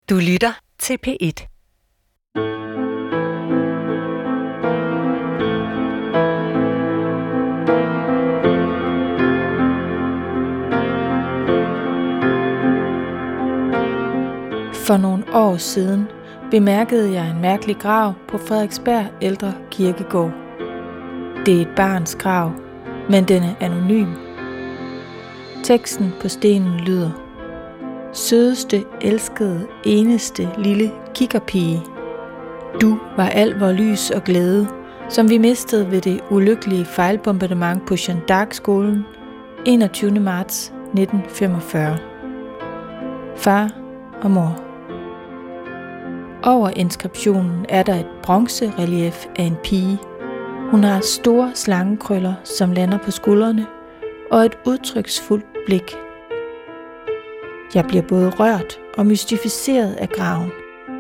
Du lytter til P1. For nogle år siden bemærkede jeg en mærkelig grav på Frederiksberg Ældre Kirkegård. Det er et barns grav, men den er anonym. Teksten på stenen lyder: sødeste, elskede, eneste lille kikkerpige. Du var al vor lys og glæde, som vi mistede ved det ulykkelige fejlbombardement på Jeanne d'Arc-skolen 21. marts 1945. Far og mor. Over inskriptionen er der et bronzerelief af en pige. Hun har store slangekrøller, som lander på skuldrene, og et udtryksfuldt blik. Jeg bliver både rørt og mystificeret af graven.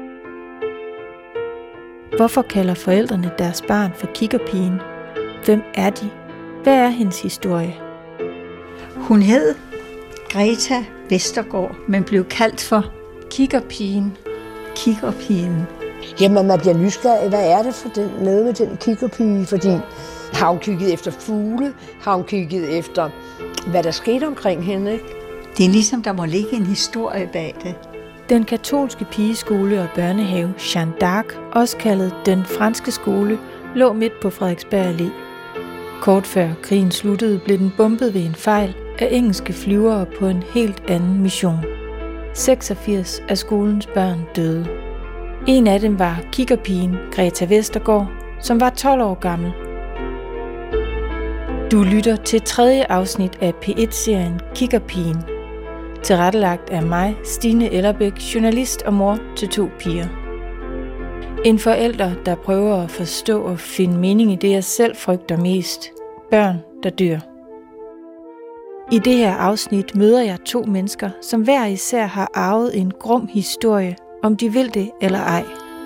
Hvorfor kalder forældrene deres barn for kikkerpigen? Hvem er de? Hvad er hendes historie? Hun hed Greta Vestergaard, men blev kaldt for Kikkerpigen. Kikkerpigen. Jamen, man bliver nysgerrig. Hvad er det for noget med den kikkerpige? Fordi har hun kigget efter fugle? Har hun kigget efter, hvad der skete omkring hende, ikke? Det er ligesom, der må ligge en historie bag det. Den katolske pigeskole og børnehave Jeanne d'Arc, også kaldet Den Franske Skole, lå midt på Frederiksberg Allé. Kort før krigen sluttede, blev den bombet ved en fejl af engelske flyvere på en helt anden mission. 86 af skolens børn døde. En af dem var kikkerpigen Greta Vestergaard, som var 12 år gammel. Du lytter til 3. afsnit af P1-serien Kikkerpigen. Tilrettelagt af mig, Stine Ellerbæk, journalist og mor til 2 piger. En forælder, der prøver at forstå og finde mening i det, jeg selv frygter mest. Børn, der dør. I det her afsnit møder jeg 2 mennesker, som hver især har arvet en grum historie, om de vil det eller ej.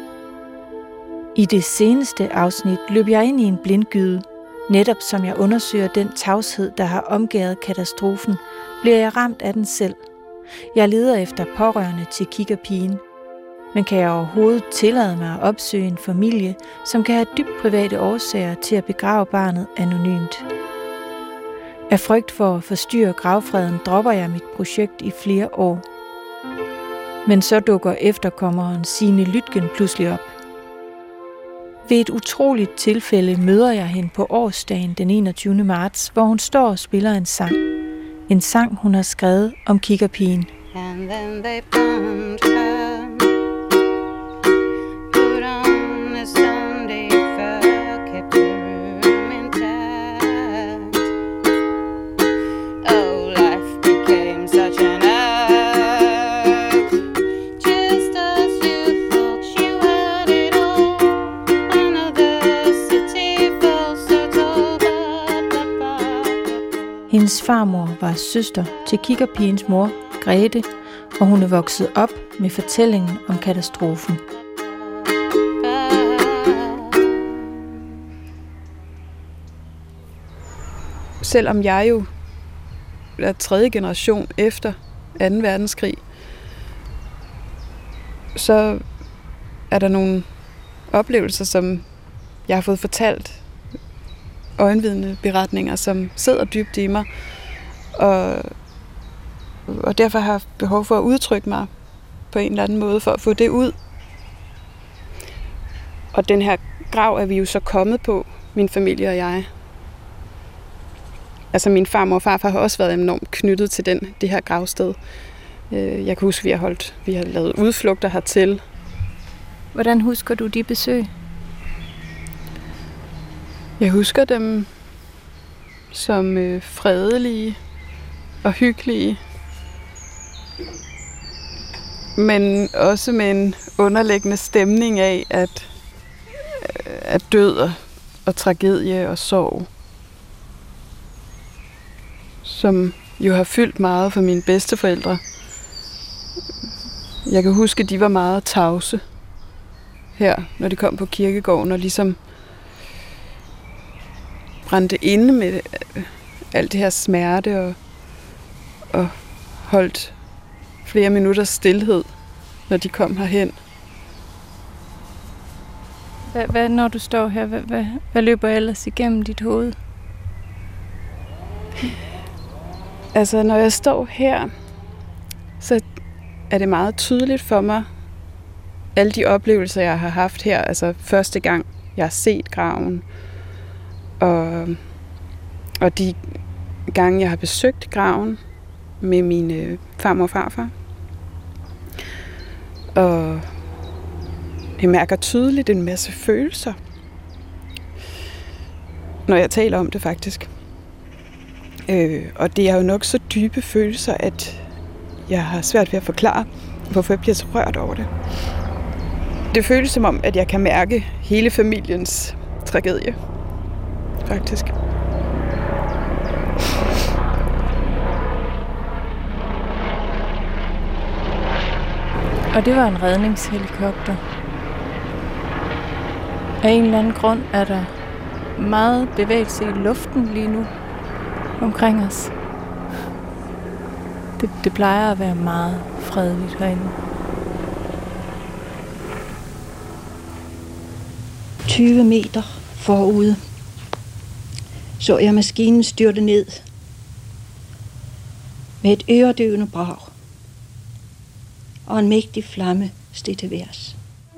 I det seneste afsnit løb jeg ind i en blindgyde. Netop som jeg undersøger den tavshed, der har omgået katastrofen, bliver jeg ramt af den selv. Jeg leder efter pårørende til kikkerpigen. Men kan jeg overhovedet tillade mig at opsøge en familie, som kan have dybt private årsager til at begrave barnet anonymt? Af frygt for at forstyrre gravfreden dropper jeg mit projekt i flere år. Men så dukker efterkommeren Signe Lytgen pludselig op. Ved et utroligt tilfælde møder jeg hende på årsdagen den 21. marts, hvor hun står og spiller en sang. En sang, hun har skrevet om kikkerpigen. And then they found her, put on a Sunday fur, kept the room intact. Oh, life became such an act, just as you thought you had it all. Another city fell so tall. Hendes farmor var søster til kikkerpigens mor, Grete, og hun er vokset op med fortællingen om katastrofen. Selvom jeg jo er 3. generation efter 2. verdenskrig, så er der nogle oplevelser, som jeg har fået fortalt, øjenvidne beretninger, som sidder dybt i mig, og derfor har jeg behov for at udtrykke mig på en eller anden måde, for at få det ud. Og den her grav er vi jo så kommet på, min familie og jeg. Altså min farmor og farfar har også været enormt knyttet til det her gravsted. Jeg kan huske, vi har lavet udflugter hertil. Hvordan husker du de besøg? Jeg husker dem som fredelige og hyggelige, men også med en underliggende stemning af, at død og tragedie og sorg, som jo har fyldt meget for mine bedsteforældre. Jeg kan huske, at de var meget tavse her, når de kom på kirkegården, og ligesom brændte inde med alt det her smerte og holdt flere minutters stilhed når de kom herhen. Hvad når du står her, hvad løber ellers igennem dit hoved? Altså, når jeg står her, så er det meget tydeligt for mig, alle de oplevelser, jeg har haft her. Altså, første gang, jeg har set graven, og de gange, jeg har besøgt graven med mine farmor og farfar. Og jeg mærker tydeligt en masse følelser, når jeg taler om det faktisk. Og det er jo nok så dybe følelser, at jeg har svært ved at forklare, hvorfor jeg bliver så rørt over det. Det føles som om, at jeg kan mærke hele familiens tragedie, faktisk. Og det var en redningshelikopter. Af en eller anden grund er der meget bevægelse i luften lige nu omkring os. Det plejer at være meget fredeligt herinde. 20 meter forude så jeg maskinen styrte ned med et øredøvende brag, og en mægtig flamme steg til værs.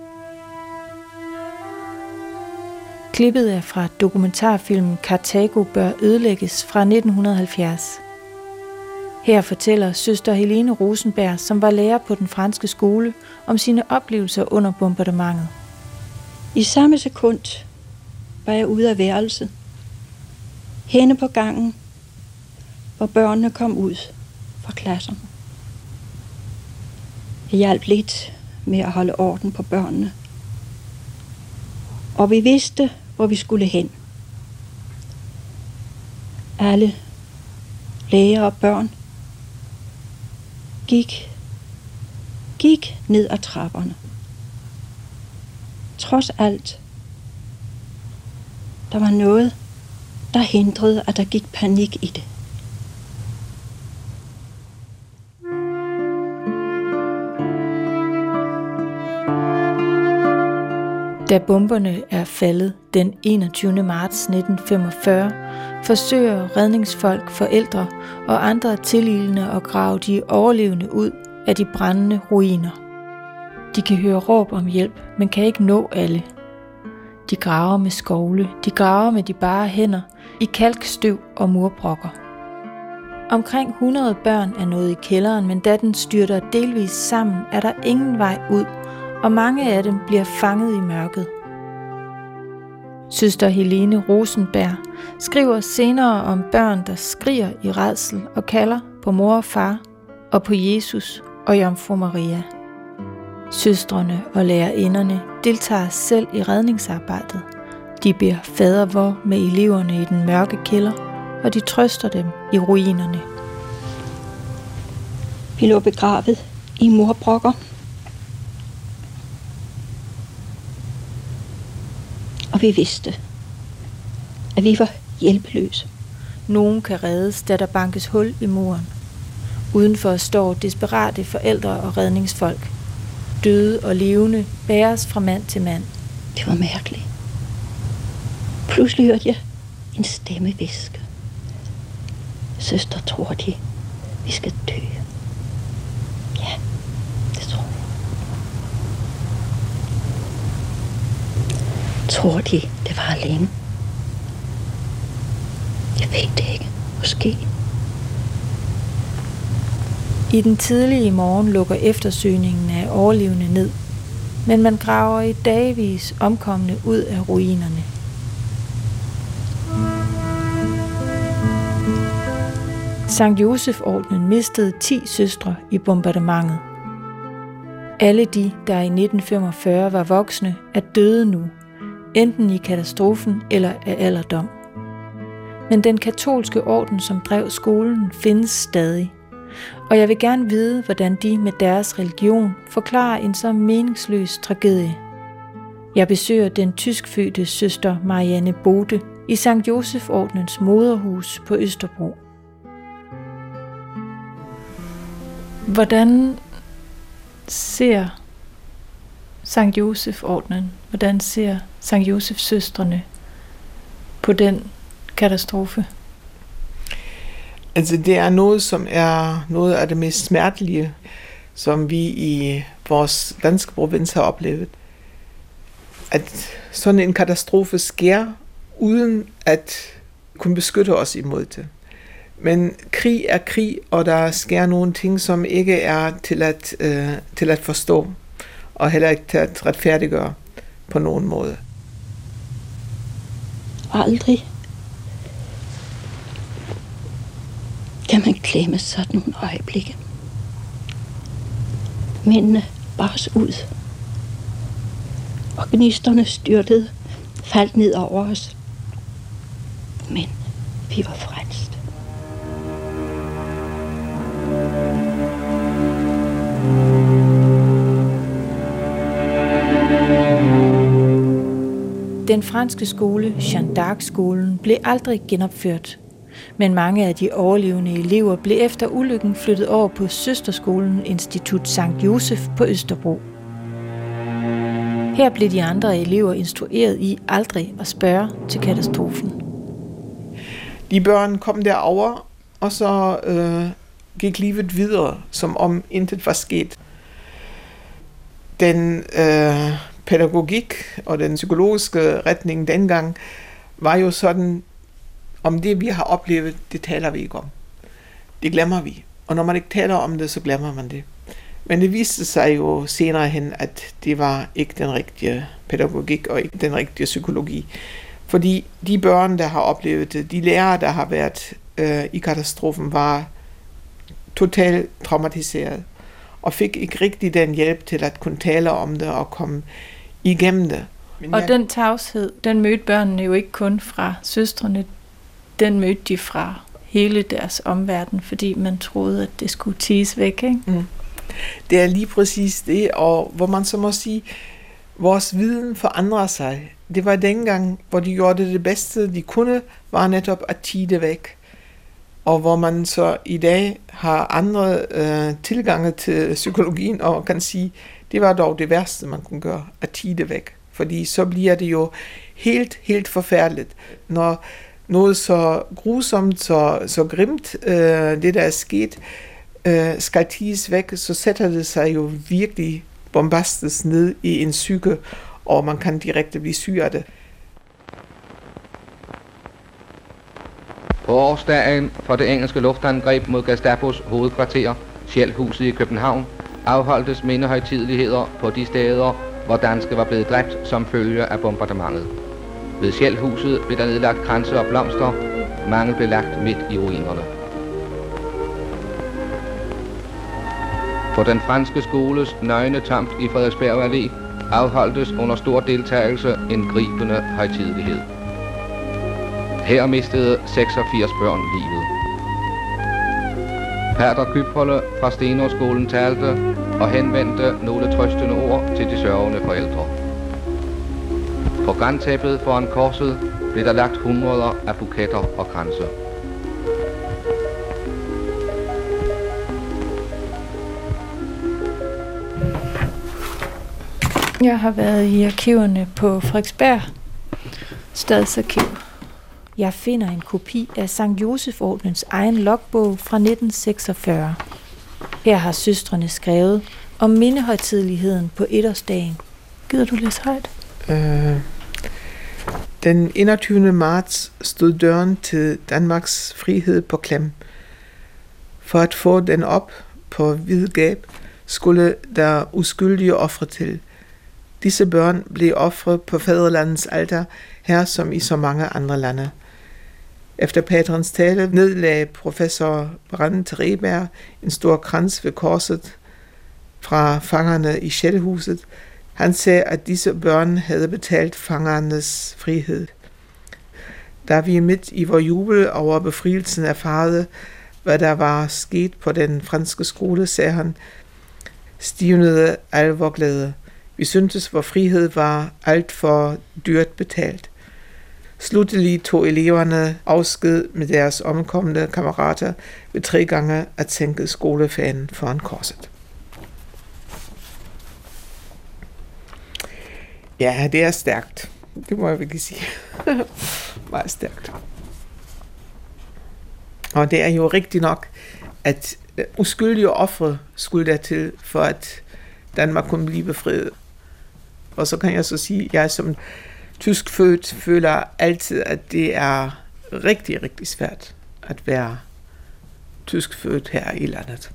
Klippet er fra dokumentarfilmen Karthago bør ødelægges fra 1970. Her fortæller søster Helene Rosenberg, som var lærer på den franske skole, om sine oplevelser under bombardementet. I samme sekund var jeg ude af værelset, henne på gangen, hvor børnene kom ud fra klasserne. Jeg hjalp lidt med at holde orden på børnene. Og vi vidste, hvor vi skulle hen. Alle læger og børn gik ned ad trapperne. Trods alt, der var noget, der hindrede, at der gik panik i det. Da bomberne er faldet den 21. marts 1945, forsøger redningsfolk, forældre og andre tililende at grave de overlevende ud af de brændende ruiner. De kan høre råb om hjælp, men kan ikke nå alle. De graver med skovle, de graver med de bare hænder, i kalkstøv og murbrokker. Omkring 100 børn er nået i kælderen, men da den styrter delvis sammen, er der ingen vej ud, og mange af dem bliver fanget i mørket. Søster Helene Rosenberg skriver senere om børn, der skriger i rædsel og kalder på mor og far, og på Jesus og Jomfru Maria. Søstrene og lærerinderne deltager selv i redningsarbejdet. De beder fader vor med eleverne i den mørke kælder, og de trøster dem i ruinerne. Vi lå begravet i murbrokker. Og vi vidste, at vi var hjælpeløse. Nogen kan reddes, da der bankes hul i muren. Udenfor står desperate forældre og redningsfolk. Døde og levende bæres fra mand til mand. Det var mærkeligt. Pludselig hørte jeg en stemme hviske. Søster, tror de, vi skal dø? Ja, det tror jeg. Tror de, det var alene? Jeg ved det ikke. Måske. I den tidlige morgen lukker eftersøgningen af overlevende ned, men man graver i dagevis omkomne ud af ruinerne. Sankt Josef-ordenen mistede 10 søstre i bombardementet. Alle de, der i 1945 var voksne, er døde nu, enten i katastrofen eller af alderdom. Men den katolske orden, som drev skolen, findes stadig. Og jeg vil gerne vide, hvordan de med deres religion forklarer en så meningsløs tragedie. Jeg besøger den tyskfødte søster Marianne Bode i Sankt Josef-ordenens moderhus på Østerbro. Hvordan ser Sankt Josef-ordenen? Hvordan ser Sankt Josef-søstrene på den katastrofe? Altså det er noget, som er noget af det mest smertelige, som vi i vores danske provins har oplevet. At sådan en katastrofe sker, uden at kunne beskytte os imod det. Men krig er krig, og der sker nogle ting, som ikke er til at forstå, og heller ikke til at retfærdiggøre på nogen måde. Aldrig kan man glemme sådan nogle øjeblikke. Mændene bars ud, og gnisterne styrtede, faldt ned over os. Men vi var frelst. Den franske skole, Jeanne d'Arc-skolen, blev aldrig genopført. Men mange af de overlevende elever blev efter ulykken flyttet over på søsterskolen Institut Sankt Josef på Østerbro. Her blev de andre elever instrueret i aldrig at spørge til katastrofen. De børn kom derover, og så gik livet videre, som om intet var sket. Den pædagogik og den psykologiske retning dengang var jo sådan, om det vi har oplevet, det taler vi ikke om. Det glemmer vi. Og når man ikke taler om det, så glemmer man det. Men det viste sig jo senere hen, at det var ikke den rigtige pædagogik og ikke den rigtige psykologi. Fordi de børn, der har oplevet det, de lærere, der har været i katastrofen, var totalt traumatiseret og fik ikke rigtig den hjælp til at kunne tale om det og komme igennem det. Og den tavshed, den mødte børnene jo ikke kun fra søstrene, den mødte de fra hele deres omverden, fordi man troede, at det skulle ties væk, ikke? Mm. Det er lige præcis det, og hvor man så må sige, vores viden forandrer sig. Det var dengang, hvor de gjorde det bedste, de kunne, var netop at tie det væk. Og hvor man så i dag har andre tilgange til psykologien, og kan sige, det var dog det værste, man kunne gøre, at tie det væk. Fordi så bliver det jo helt forfærdeligt, når noget så grusomt, så grimt, det der er sket, skal ties væk, så sætter det sig jo virkelig bombastisk ned i en psyke, og man kan direkte blive syg af det. På årsdagen for det engelske luftangreb mod Gestapos hovedkvarter, Shellhuset i København, afholdtes mindehøjtideligheder på de steder, hvor danske var blevet dræbt som følge af bombardementet. Ved Shellhuset blev der nedlagt kranse og blomster, mange blev lagt midt i ruinerne. På den franske skoles nøgne tomt i Frederiksberg Allé afholdtes under stor deltagelse en gribende højtidelighed. Her mistede 86 børn livet. Pater Kyprolle fra Stenårskolen talte og henvendte nogle trøstende ord til de sørgende forældre. På grantæppet foran korset blev der lagt hundreder af buketter og kranse. Jeg har været i arkiverne på Frederiksberg Stadsarkiv. Jeg finder en kopi af Sankt Josef-ordenens egen logbog fra 1946. Her har søstrene skrevet om mindehøjtideligheden på etårsdagen. Gider du læse højt? Den 21. marts stod døren til Danmarks frihed på klem. For at få den op på vid gab, skulle der uskyldige ofre til. Disse børn blev ofret på fædrelandets alter, her som i så mange andre lande. Efter paterens tale nedlagde professor Brandt Reberg en stor krans ved korset fra fangerne i Shellhuset. Han sagde, at disse børn havde betalt fangernes frihed. Da vi midt i vor jubel over befrielsen erfarede, hvad der var sket på den franske skole, sagde han, stivnede al vor glæde. Vi syntes, vor frihed var alt for dyrt betalt. Sluttelig tog eleverne afsked med deres omkomne kammerater ved 3 gange at sænke skolefanen foran korset. Ja, det er stærkt. Det må jeg virkelig sige. Meget stærkt. Og det er jo rigtigt nok, at uskyldige ofre skulle der til, for at Danmark kunne blive befriet. Og så kan jeg så sige, at jeg som tysk født føler altid, at det er rigtig, rigtig svært at være tysk født her i landet.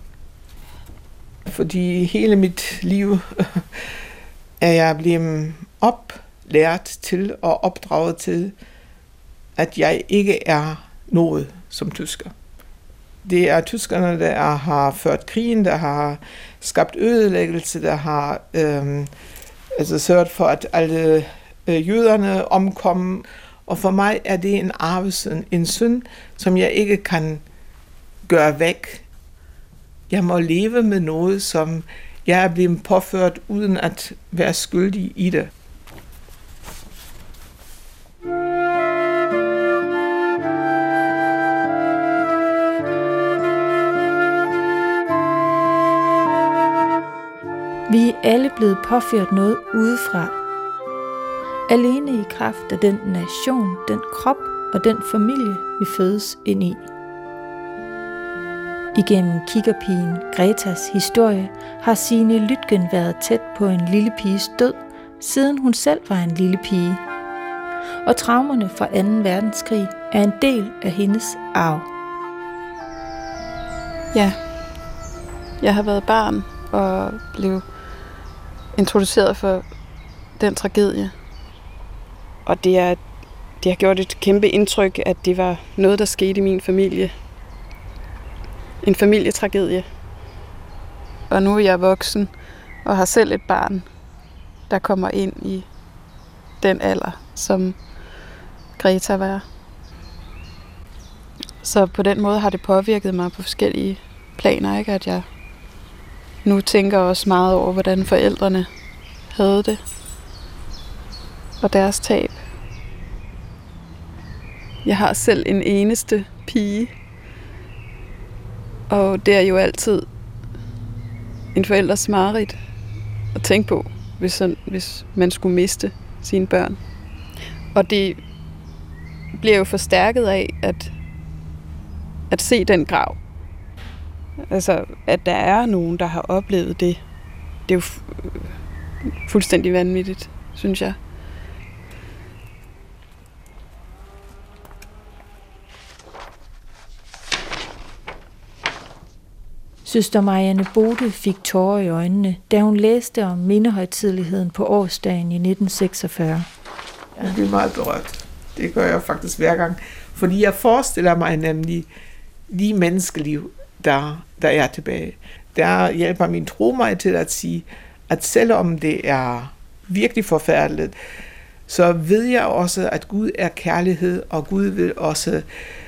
Fordi hele mit liv er jeg blevet oplært til og opdraget til, at jeg ikke er noget som tysker. Det er tyskerne, der har ført krigen, der har skabt ødelæggelse, der har sørget for, at alle jøderne omkom. Og for mig er det en arvesynd, en synd, som jeg ikke kan gøre væk. Jeg må leve med noget, som jeg er blevet påført, uden at være skyldig i det. Vi er alle blevet påført noget udefra. Alene i kraft af den nation, den krop og den familie, vi fødes ind i. Igennem kikkerpigen Gretas historie har Signe Lytgen været tæt på en lille piges død, siden hun selv var en lille pige. Og traumerne fra 2. verdenskrig er en del af hendes arv. Ja, jeg har været barn og blev introduceret for den tragedie. Og det har gjort et kæmpe indtryk, at det var noget, der skete i min familie. En familietragedie. Og nu er jeg voksen og har selv et barn, der kommer ind i den alder, som Greta var. Så på den måde har det påvirket mig på forskellige planer, ikke? At jeg nu tænker også meget over, hvordan forældrene havde det. Og deres tab. Jeg har selv en eneste pige. Og det er jo altid en forældres mareridt at tænke på, hvis man skulle miste sine børn. Og det bliver jo forstærket af at se den grav. Altså, at der er nogen, der har oplevet det. Det er jo fuldstændig vanvittigt, synes jeg. Søster Marianne Bode fik tårer i øjnene, da hun læste om mindehøjtideligheden på årsdagen i 1946. Jeg bliver meget berørt. Det gør jeg faktisk hver gang. Fordi jeg forestiller mig nemlig de menneskeliv, der er tilbage. Der hjælper min tro mig til at sige, at selvom det er virkelig forfærdeligt, så ved jeg også, at Gud er kærlighed, og Gud vil også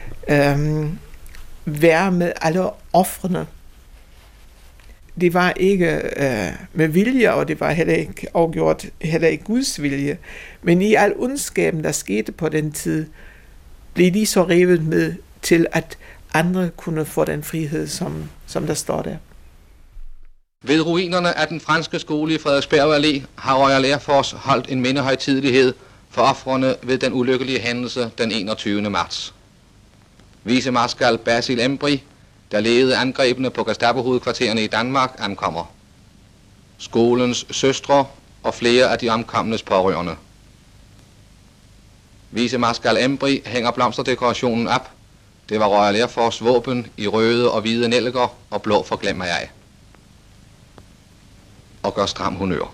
være med alle ofrene. Det var ikke med vilje, og det var heller ikke afgjort, heller ikke Guds vilje. Men i al ondskaben, der skete på den tid, blev de så revet med til, at andre kunne få den frihed, som der står der. Ved ruinerne af den franske skole i Frederiksberg Allé har Royal Air Force holdt en mindehøjtidelighed for ofrene ved den ulykkelige hændelse den 21. marts. Vicemarskal Basil Embry, der ledede angrebene på Gestapo-hovedkvartererne i Danmark, ankommer. Skolens søstre og flere af de omkomnes pårørende. Vicemarskal Embry hænger blomsterdekorationen op. Det var Royal Air Force våben i røde og hvide nælker og blå forglemmer jeg. Og gør stram honør.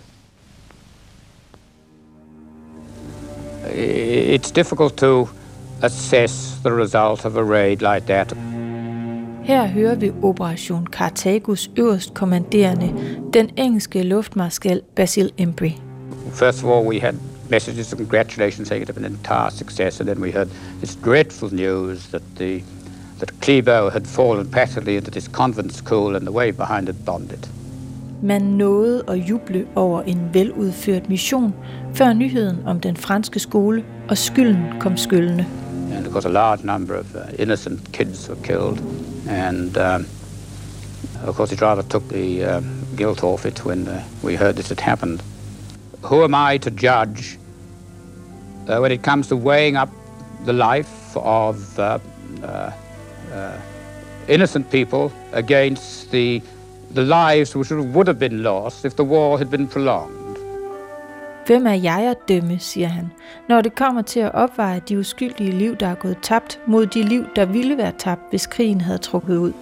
It's difficult to assess the result of a raid like that. Her hører vi Operation Carthagos øverstkommanderende, den engelske luftmarskal Basil Embry. First of all, we had messages of congratulations saying it had been an entire success, and then we heard this dreadful news that Kleber had fallen practically into this convent school and the way behind it bombed. Man nåede at juble over en veludført mission, før nyheden om den franske skole og skylden kom skyldende. And of course, a large number of innocent kids were killed, and of course, it rather took the guilt off it when we heard this had happened. who am I to judge when it comes to weighing up the life of innocent people against the lives which would have been lost if the war had been prolonged? Hvem er jeg at dømme, siger han, når det kommer til at opveje de uskyldige liv, der er gået tabt, mod de liv, der ville være tabt, hvis krigen havde trukket ud.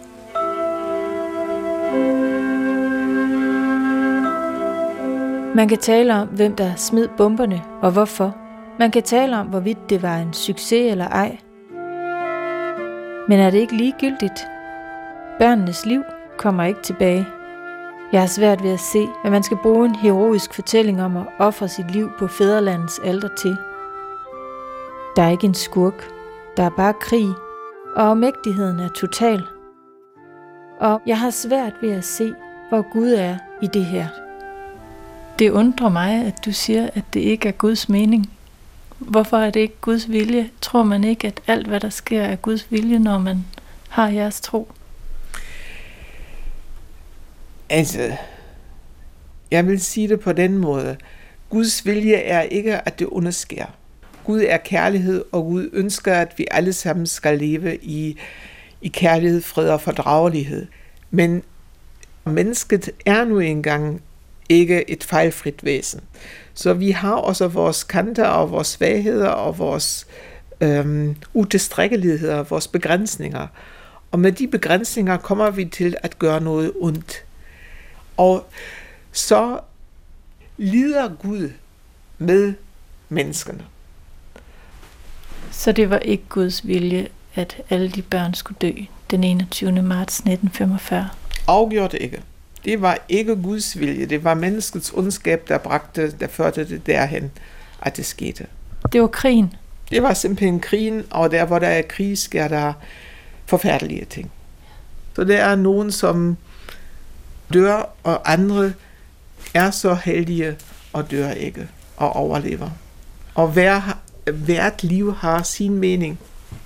Man kan tale om, hvem der smed bomberne og hvorfor. Man kan tale om, hvorvidt det var en succes eller ej. Men er det ikke ligegyldigt? Børnenes liv kommer ikke tilbage. Jeg har svært ved at se, hvad man skal bruge en heroisk fortælling om at ofre sit liv på fædrelandets alter til. Der er ikke en skurk. Der er bare krig, og afmægtigheden er total. Og jeg har svært ved at se, hvor Gud er i det her. Det undrer mig, at du siger, at det ikke er Guds mening. Hvorfor er det ikke Guds vilje? Tror man ikke, at alt, hvad der sker, er Guds vilje, når man har jeres tro? Altså, jeg vil sige det på den måde. Guds vilje er ikke, at det undersker. Gud er kærlighed, og Gud ønsker, at vi alle sammen skal leve i kærlighed, fred og fordragelighed. Men mennesket er nu engang ikke et fejlfrit væsen. Så vi har også vores kanter og vores svagheder og vores utilstrækkeligheder, vores begrænsninger. Og med de begrænsninger kommer vi til at gøre noget ondt. Og så lider Gud med menneskene. Så det var ikke Guds vilje, at alle de børn skulle dø den 21. marts 1945? Afgjort ikke. Det var ikke Guds vilje. Det var menneskets ondskab, der førte det derhen, at det skete. Det var krigen? Det var simpelthen krigen, og der hvor der er krig, sker der forfærdelige ting. Så der er nogen, som dør, og andre er så heldige og dør ikke og overlever. Og hvert liv har sin mening.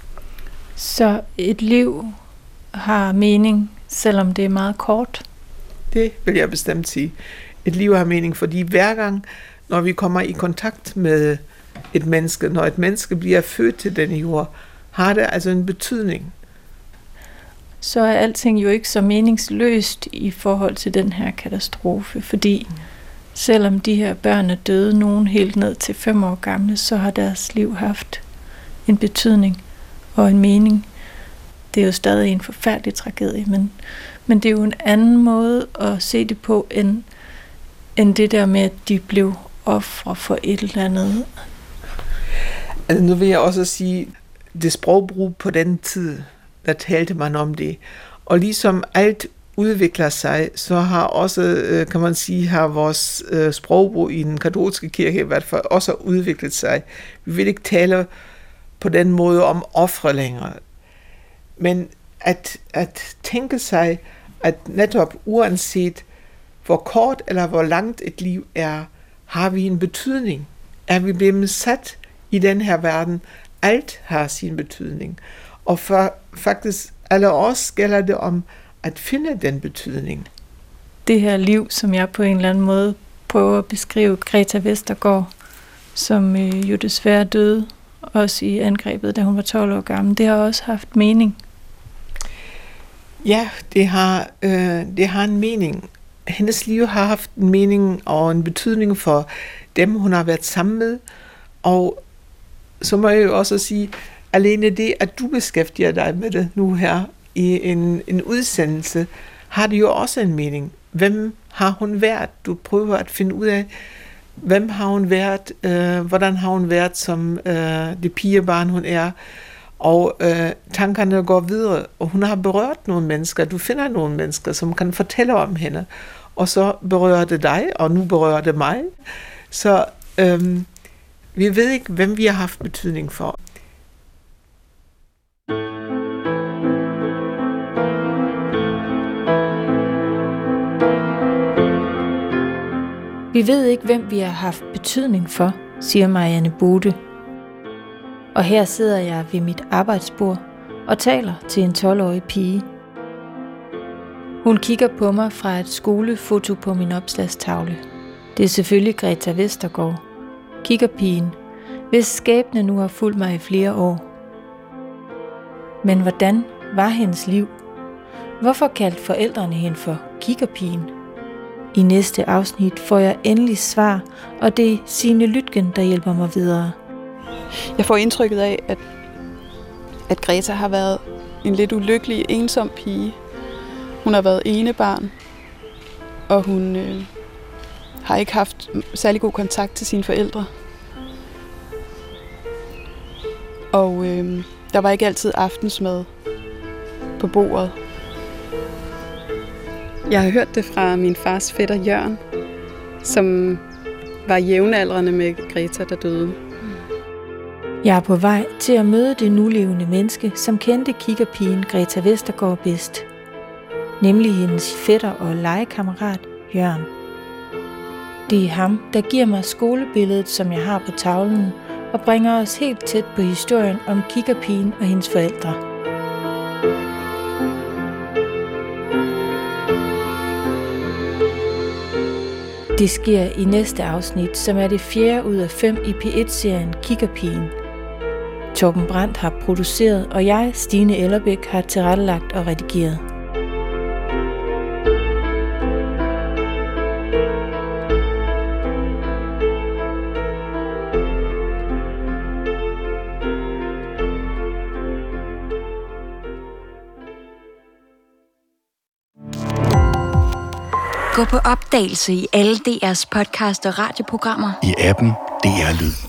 Så et liv har mening, selvom det er meget kort? Det vil jeg bestemt sige. Et liv har mening, fordi hver gang, når vi kommer i kontakt med et menneske, når et menneske bliver født til denne jord, har det altså en betydning. Så er alting jo ikke så meningsløst i forhold til den her katastrofe, fordi selvom de her børn er døde, nogen helt ned til 5 år gamle, så har deres liv haft en betydning og en mening. Det er jo stadig en forfærdelig tragedie, men det er jo en anden måde at se det på, end det der med, at de blev ofre for et eller andet. Altså nu vil jeg også sige, det sprogbrug på den tid, der talte man om det. Og ligesom alt udvikler sig, så har også, kan man sige, har vores sprogbrug i den katolske kirke i hvert fald også udviklet sig. Vi vil ikke tale på den måde om ofre længere. Men at tænke sig, at netop uanset hvor kort eller hvor langt et liv er, har vi en betydning. Er vi blevet sat i den her verden? Alt har sin betydning. Og for faktisk alle os gælder det om at finde den betydning. Det her liv, som jeg på en eller anden måde prøver at beskrive, Greta Vestergaard, som jo desværre døde, også i angrebet, da hun var 12 år gammel, det har også haft mening. Ja, det har en mening. Hendes liv har haft en mening og en betydning for dem, hun har været sammen med. Og så må jeg jo også sige, alene det, at du beskæftiger dig med det nu her i en udsendelse, har det jo også en mening. Hvem har hun været? Du prøver at finde ud af, hvem har hun været, hvordan har hun været som det pigebarn, hun er. Og tankerne går videre, og hun har berørt nogle mennesker. Du finder nogle mennesker, som kan fortælle om hende. Og så berører det dig, og nu berører det mig. Så vi ved ikke, hvem vi har haft betydning for. Vi ved ikke, hvem vi har haft betydning for, siger Marianne Bude. Og her sidder jeg ved mit arbejdsbord og taler til en 12-årig pige. Hun kigger på mig fra et skolefoto på min opslagstavle. Det er selvfølgelig Greta Vestergaard, kikkerpigen, hvis skæbne nu har fulgt mig i flere år. Men hvordan var hendes liv? Hvorfor kaldte forældrene hende for kikkerpigen? I næste afsnit får jeg endelig svar, og det er Signe Lytgen, der hjælper mig videre. Jeg får indtrykket af, at Greta har været en lidt ulykkelig, ensom pige. Hun har været enebarn, og hun har ikke haft særlig god kontakt til sine forældre. Og der var ikke altid aftensmad på bordet. Jeg har hørt det fra min fars fætter Jørgen, som var jævnaldrende med Greta, der døde. Jeg er på vej til at møde det nulevende menneske, som kendte kikkerpigen Greta Vestergaard bedst. Nemlig hendes fætter og legekammerat Jørgen. Det er ham, der giver mig skolebilledet, som jeg har på tavlen, og bringer os helt tæt på historien om kikkerpigen og hendes forældre. Det sker i næste afsnit, som er det 4. ud af 5 i P1-serien Kikkerpigen. Torben Brandt har produceret, og jeg, Stine Ellerbæk, har tilrettelagt og redigeret. Gå på opdagelse i alle DR's podcast og radioprogrammer. I appen DR Lyd.